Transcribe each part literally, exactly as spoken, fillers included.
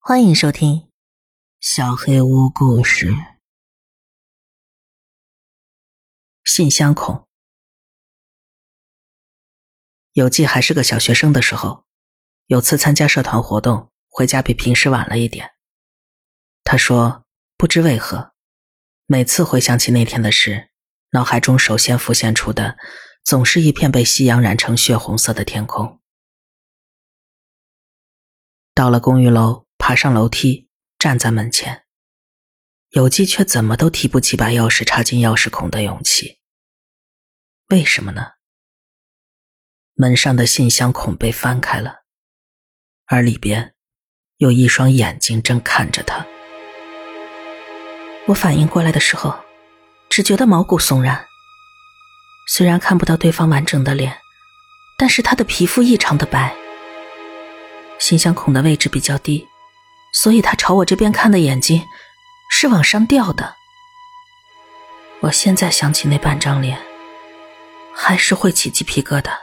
欢迎收听小黑屋故事。信箱孔。有记还是个小学生的时候，有次参加社团活动，回家比平时晚了一点。他说不知为何，每次回想起那天的事，脑海中首先浮现出的总是一片被夕阳染成血红色的天空。到了公寓楼，爬上楼梯，站在门前，有记却怎么都提不起把钥匙插进钥匙孔的勇气。为什么呢？门上的信箱孔被翻开了，而里边有一双眼睛正看着他。我反应过来的时候，只觉得毛骨悚然。虽然看不到对方完整的脸，但是他的皮肤异常的白。信箱孔的位置比较低，所以他朝我这边看的眼睛是往上吊的。我现在想起那半张脸，还是会起鸡皮疙瘩。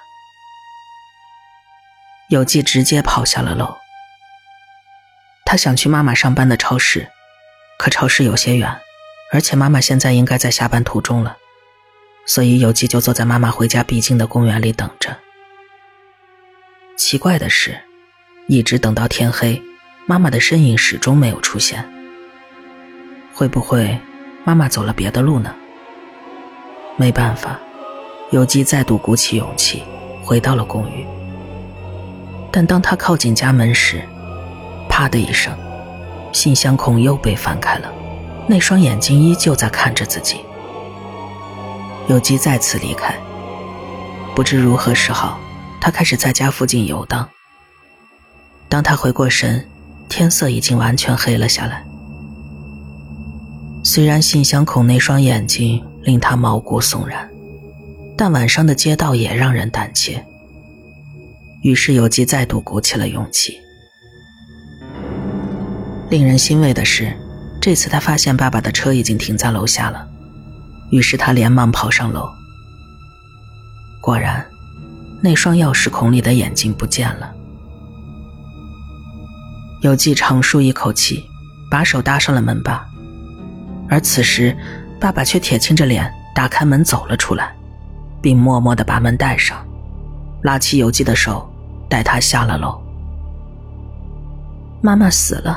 有记直接跑下了楼。他想去妈妈上班的超市，可超市有些远，而且妈妈现在应该在下班途中了，所以有记就坐在妈妈回家必经的公园里等着。奇怪的是，一直等到天黑，妈妈的身影始终没有出现。会不会妈妈走了别的路呢？没办法，有记再度鼓起勇气回到了公寓。但当他靠近家门时，啪的一声，信箱孔又被翻开了，那双眼睛依旧在看着自己。有记再次离开，不知如何是好，他开始在家附近游荡。当他回过神，天色已经完全黑了下来。虽然信箱孔那双眼睛令他毛骨悚然，但晚上的街道也让人胆怯。于是有记再度鼓起了勇气。令人欣慰的是，这次他发现爸爸的车已经停在楼下了，于是他连忙跑上楼。果然，那双钥匙孔里的眼睛不见了。有记长舒一口气，把手搭上了门把，而此时爸爸却铁青着脸打开门走了出来，并默默地把门带上，拉起有记的手带他下了楼。妈妈死了。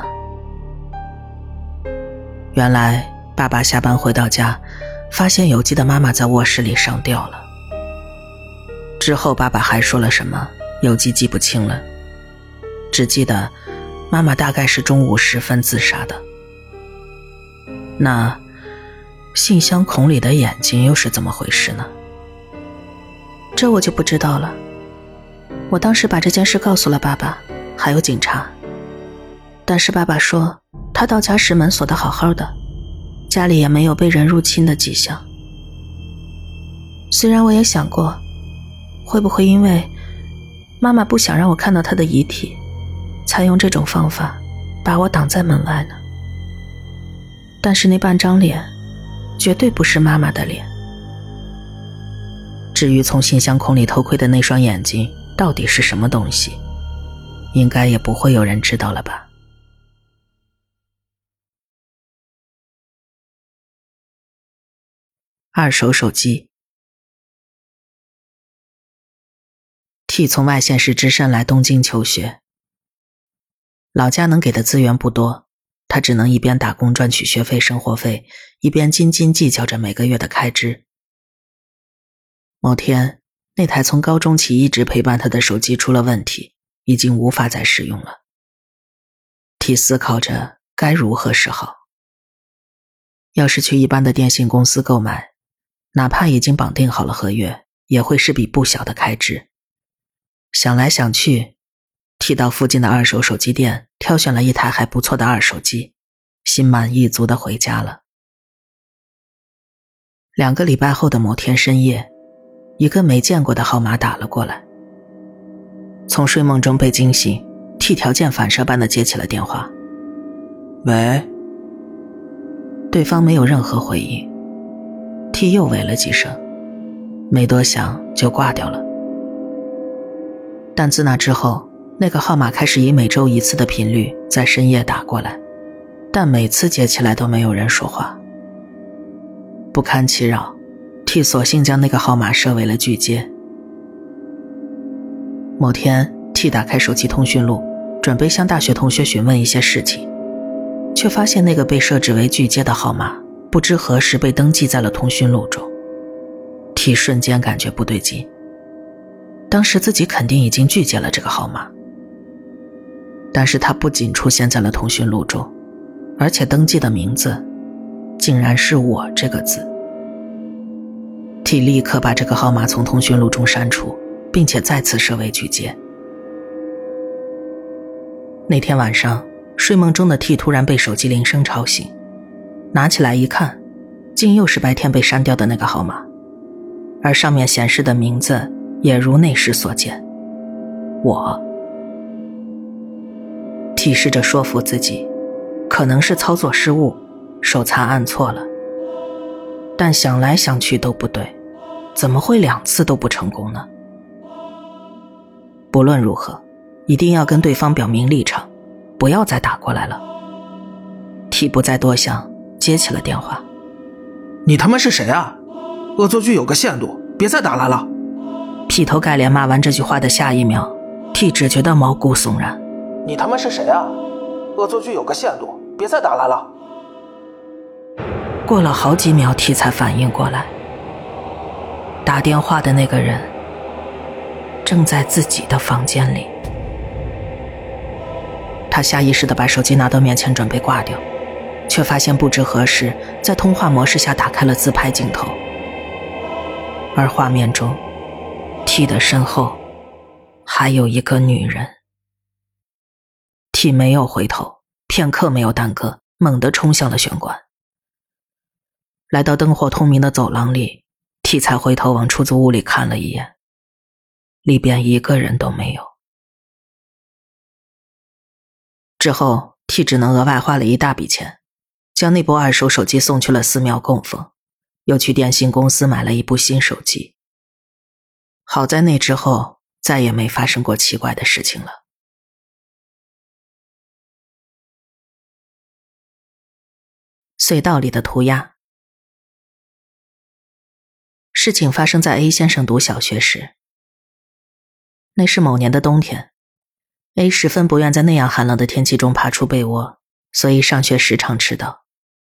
原来爸爸下班回到家，发现有记的妈妈在卧室里上吊了。之后爸爸还说了什么，有记记不清了，只记得妈妈大概是中午时分自杀的。那信箱孔里的眼睛又是怎么回事呢？这我就不知道了。我当时把这件事告诉了爸爸，还有警察。但是爸爸说，他到家时门锁得好好的，家里也没有被人入侵的迹象。虽然我也想过，会不会因为妈妈不想让我看到她的遗体，才用这种方法把我挡在门外呢？但是那半张脸绝对不是妈妈的脸。至于从信箱孔里偷窥的那双眼睛到底是什么东西，应该也不会有人知道了吧。二手手机。T 从外县市只身来东京求学，老家能给的资源不多，他只能一边打工赚取学费生活费，一边斤斤计较着每个月的开支。某天，那台从高中起一直陪伴他的手机出了问题，已经无法再使用了。T 思考着该如何是好。要是去一般的电信公司购买，哪怕已经绑定好了合约，也会是笔不小的开支。想来想去，T到附近的二手手机店挑选了一台还不错的二手机，心满意足地回家了。两个礼拜后的某天深夜，一个没见过的号码打了过来。从睡梦中被惊醒， T 条件反射般地接起了电话。喂。对方没有任何回应， T 又喂了几声，没多想就挂掉了。但自那之后， 那个号码开始以每周一次的频率在深夜打过来，但每次接起来都没有人说话。不堪其扰， T 索性将那个号码设为了拒接。某天 T 打开手机通讯录，准备向大学同学询问一些事情，却发现那个被设置为拒接的号码不知何时被登记在了通讯录中。 T 瞬间感觉不对劲，当时自己肯定已经拒接了这个号码，但是他不仅出现在了通讯录中，而且登记的名字竟然是我这个字。 T 立刻把这个号码从通讯录中删除，并且再次设为拒接。那天晚上，睡梦中的 T 突然被手机铃声吵醒，拿起来一看，竟又是白天被删掉的那个号码，而上面显示的名字也如那时所见，我。 T 试着说服自己，可能是操作失误，手残按错了，但想来想去都不对，怎么会两次都不成功呢？不论如何，一定要跟对方表明立场，不要再打过来了。 T 不再多想，接起了电话。 你他妈是谁啊？恶作剧有个限度，别再打来了。 劈头盖脸骂完这句话的下一秒， T 只觉得毛骨悚然。 你他妈是谁啊？恶作剧有个限度，别再打来了。 过了好几秒 T 才反应过来，打电话的那个人正在自己的房间里。他下意识地把手机拿到面前准备挂掉，却发现不知何时在通话模式下打开了自拍镜头，而画面中 T 的身后还有一个女人。 T 没有回头，片刻没有耽搁，猛地冲向了玄关。来到灯火通明的走廊里， T 才回头往出租屋里看了一眼，里边一个人都没有。之后 T 只能额外花了一大笔钱，将那部二手手机送去了寺庙供奉，又去电信公司买了一部新手机。好在那之后再也没发生过奇怪的事情了。隧道里的涂鸦。事情发生在 A 先生读小学时。那是某年的冬天， A 十分不愿在那样寒冷的天气中爬出被窝，所以上学时常迟到。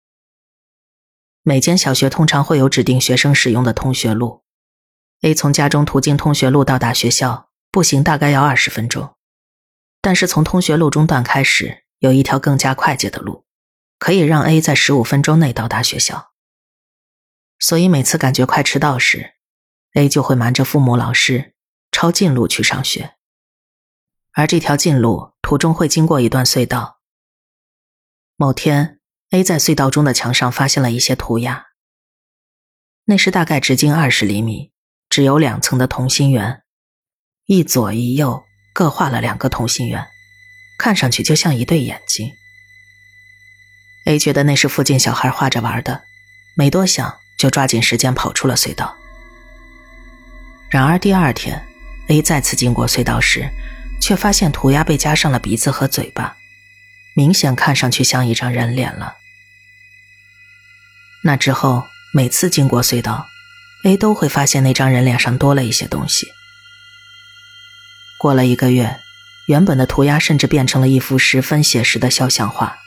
每间小学通常会有指定学生使用的通学路， A 从家中途经通学路到达学校，步行大概要二十分钟。但是从通学路中断开时，有一条更加快捷的路，可以让 A 在十五分钟内到达学校。所以每次感觉快迟到时， A 就会瞒着父母老师抄近路去上学。而这条近路途中会经过一段隧道。某天 A 在隧道中的墙上发现了一些涂鸦，那是大概直径二十厘米，只有两层的同心圆，一左一右各画了两个同心圆，看上去就像一对眼睛。 A 觉得那是附近小孩画着玩的，没多想就抓紧时间跑出了隧道。然而第二天 A 再次经过隧道时，却发现涂鸦被加上了鼻子和嘴巴，明显看上去像一张人脸了。那之后每次经过隧道， A 都会发现那张人脸上多了一些东西。过了一个月，原本的涂鸦甚至变成了一幅十分写实的肖像画。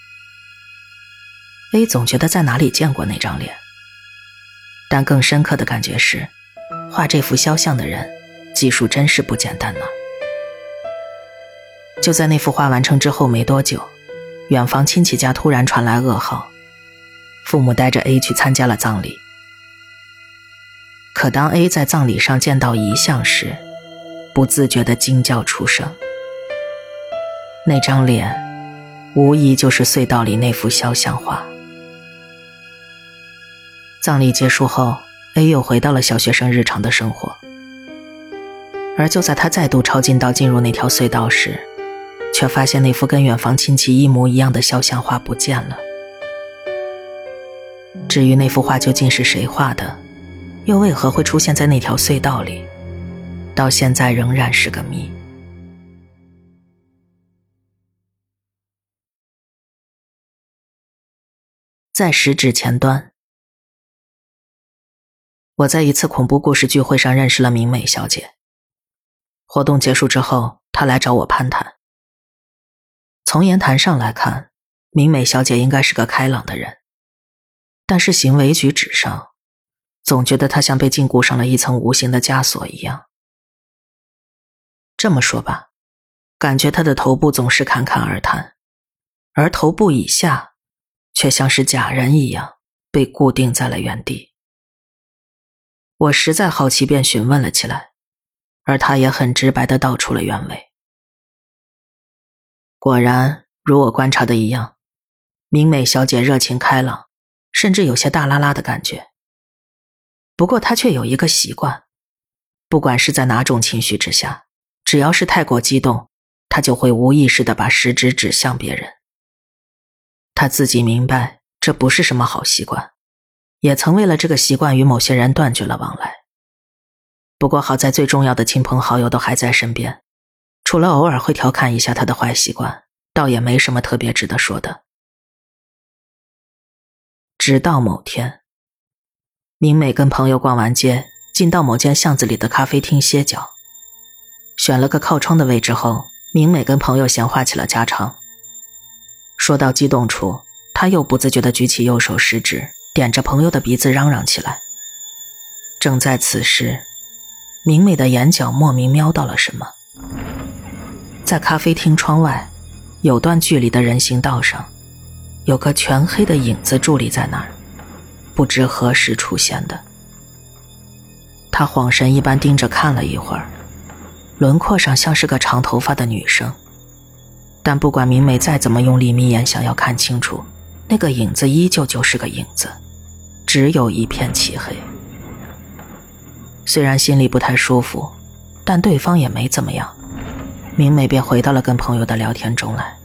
A 总觉得在哪里见过那张脸，但更深刻的感觉是，画这幅肖像的人技术真是不简单呢。就在那幅画完成之后没多久，远房亲戚家突然传来噩耗，父母带着 A 去参加了葬礼。可当 A 在葬礼上见到遗像时，不自觉地惊叫出声。那张脸无疑就是隧道里那幅肖像画。葬礼结束后， A 又回到了小学生日常的生活。而就在他再度抄近道进入那条隧道时，却发现那幅跟远房亲戚一模一样的肖像画不见了。至于那幅画究竟是谁画的，又为何会出现在那条隧道里，到现在仍然是个谜。 在食指前端。我在一次恐怖故事聚会上认识了明美小姐。活动结束之后，她来找我攀谈。从言谈上来看，明美小姐应该是个开朗的人，但是行为举止上，总觉得她像被禁锢上了一层无形的枷锁一样。这么说吧，感觉她的头部总是侃侃而谈，而头部以下却像是假人一样被固定在了原地。我实在好奇，便询问了起来，而她也很直白地道出了原委。果然如我观察的一样，明美小姐热情开朗，甚至有些大拉拉的感觉。不过她却有一个习惯，不管是在哪种情绪之下，只要是太过激动，她就会无意识地把食指指向别人。她自己明白这不是什么好习惯，也曾为了这个习惯与某些人断绝了往来。不过好在最重要的亲朋好友都还在身边，除了偶尔会调侃一下她的坏习惯，倒也没什么特别值得说的。直到某天，明美跟朋友逛完街，进到某间巷子里的咖啡厅歇脚。选了个靠窗的位置后，明美跟朋友闲话起了家常。说到激动处，她又不自觉地举起右手食指，点着朋友的鼻子嚷嚷起来。正在此时，明美的眼角莫名瞄到了什么。在咖啡厅窗外，有段距离的人行道上，有个全黑的影子伫立在那儿，不知何时出现的。她恍神一般盯着看了一会儿，轮廓上像是个长头发的女生，但不管明美再怎么用力眯眼想要看清楚，那个影子依旧就是个影子，只有一片漆黑。虽然心里不太舒服，但对方也没怎么样，明美便回到了跟朋友的聊天中来。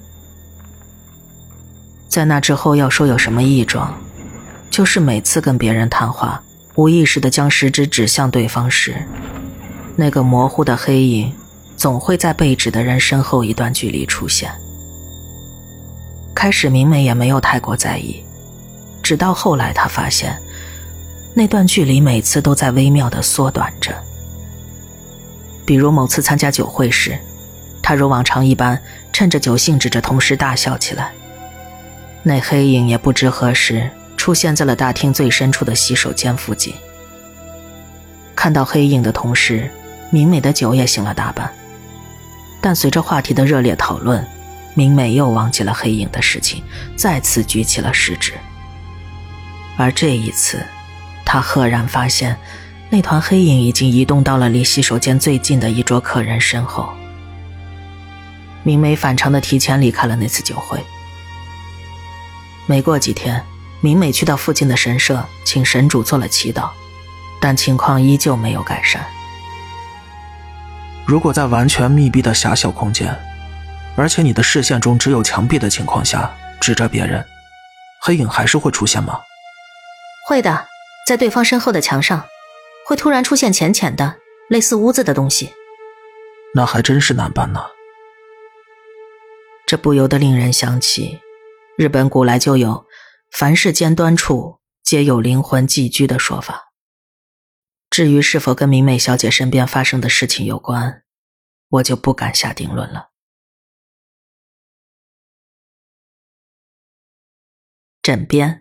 在那之后要说有什么异状，就是每次跟别人谈话，无意识地将食指指向对方时，那个模糊的黑影总会在被指的人身后一段距离出现。开始明美也没有太过在意，直到后来她发现那段距离每次都在微妙地缩短着。比如某次参加酒会时，她如往常一般趁着酒兴指着同事大笑起来，那黑影也不知何时出现在了大厅最深处的洗手间附近。看到黑影的同时，明美的酒也醒了大半，但随着话题的热烈讨论，明美又忘记了黑影的事情，再次举起了食指。而这一次，她赫然发现那团黑影已经移动到了离洗手间最近的一桌客人身后。明美反常地提前离开了那次酒会。没过几天，明美去到附近的神社请神主做了祈祷，但情况依旧没有改善。 如果在完全密闭的狭小空间，而且你的视线中只有墙壁的情况下指着别人，黑影还是会出现吗？ 会的，在对方身后的墙上会突然出现浅浅的类似污渍的东西。 那还真是难办呢。 这不由得令人想起日本古来就有凡是尖端处皆有灵魂寄居的说法。至于是否跟明美小姐身边发生的事情有关，我就不敢下定论了。枕边。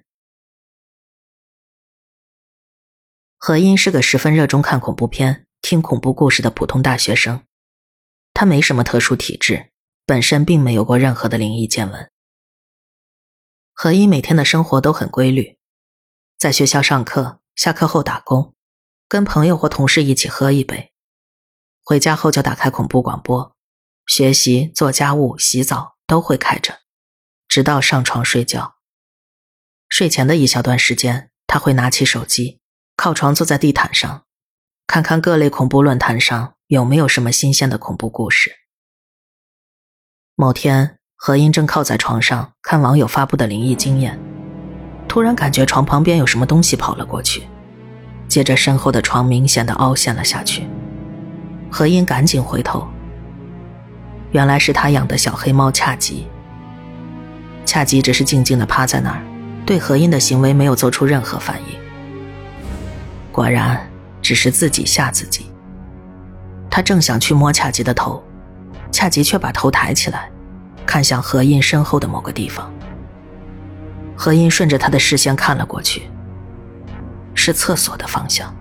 何音是个十分热衷看恐怖片、听恐怖故事的普通大学生，他没什么特殊体质，本身并没有过任何的灵异见闻。何音每天的生活都很规律，在学校上课，下课后打工，跟朋友或同事一起喝一杯，回家后就打开恐怖广播，学习、做家务、洗澡都会开着，直到上床睡觉。睡前的一小段时间，他会拿起手机，靠床坐在地毯上，看看各类恐怖论坛上有没有什么新鲜的恐怖故事。某天，何音正靠在床上看网友发布的灵异经验，突然感觉床旁边有什么东西跑了过去，接着身后的床明显的凹陷了下去。何音赶紧回头，原来是他养的小黑猫恰吉。恰吉只是静静地趴在那儿， 对何音的行为没有做出任何反应。果然，只是自己吓自己。他正想去摸恰吉的头，恰吉却把头抬起来，看向何音身后的某个地方。何音顺着他的视线看了过去，是厕所的方向。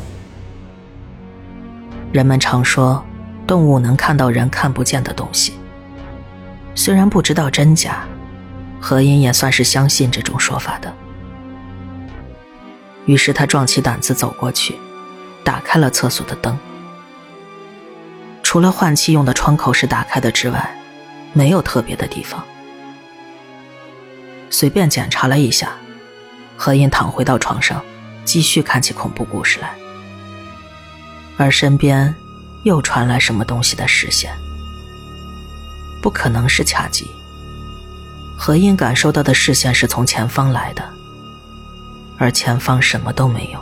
人们常说，动物能看到人看不见的东西。虽然不知道真假，何音也算是相信这种说法的。于是他壮起胆子走过去，打开了厕所的灯。除了换气用的窗口是打开的之外，没有特别的地方。随便检查了一下，何音躺回到床上，继续看起恐怖故事来。而身边又传来什么东西的视线。不可能是恰吉。何音感受到的视线是从前方来的，而前方什么都没有。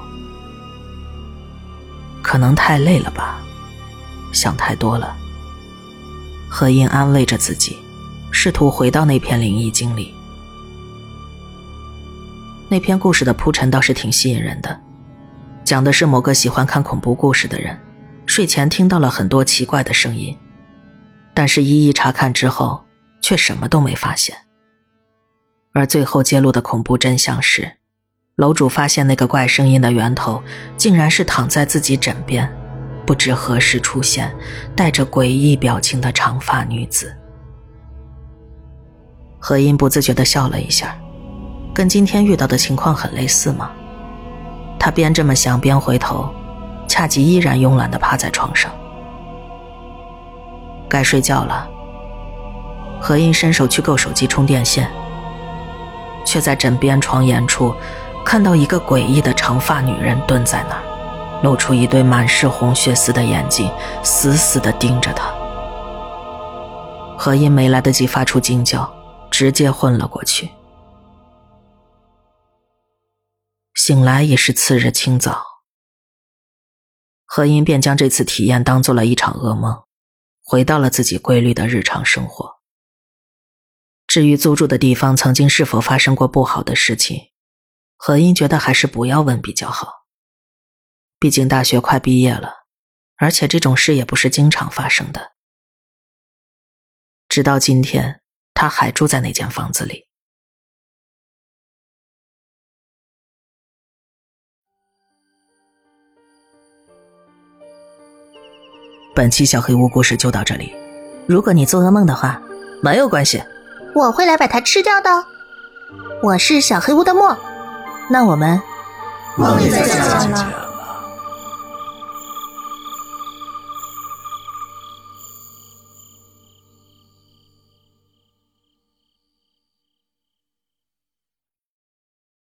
可能太累了吧，想太多了。何音安慰着自己，试图回到那篇灵异经里。那篇故事的铺陈倒是挺吸引人的，讲的是某个喜欢看恐怖故事的人，睡前听到了很多奇怪的声音，但是一一查看之后，却什么都没发现。而最后揭露的恐怖真相是，楼主发现那个怪声音的源头，竟然是躺在自己枕边，不知何时出现，带着诡异表情的长发女子。何音不自觉地笑了一下，跟今天遇到的情况很类似吗？他边这么想边回头，恰吉依然慵懒地趴在床上。该睡觉了。何音伸手去够手机充电线，却在枕边床沿处看到一个诡异的长发女人蹲在那儿，露出一对满是红血丝的眼睛，死死地盯着他。何音没来得及发出惊叫，直接昏了过去。醒来已是次日清早，何音便将这次体验当作了一场噩梦，回到了自己规律的日常生活。至于租住的地方曾经是否发生过不好的事情，何音觉得还是不要问比较好。毕竟大学快毕业了，而且这种事也不是经常发生的。直到今天，他还住在那间房子里。本期小黑屋故事就到这里，如果你做噩梦的话，没有关系， 我会来把它吃掉的。我是小黑屋的墨， 那我们梦里再见了。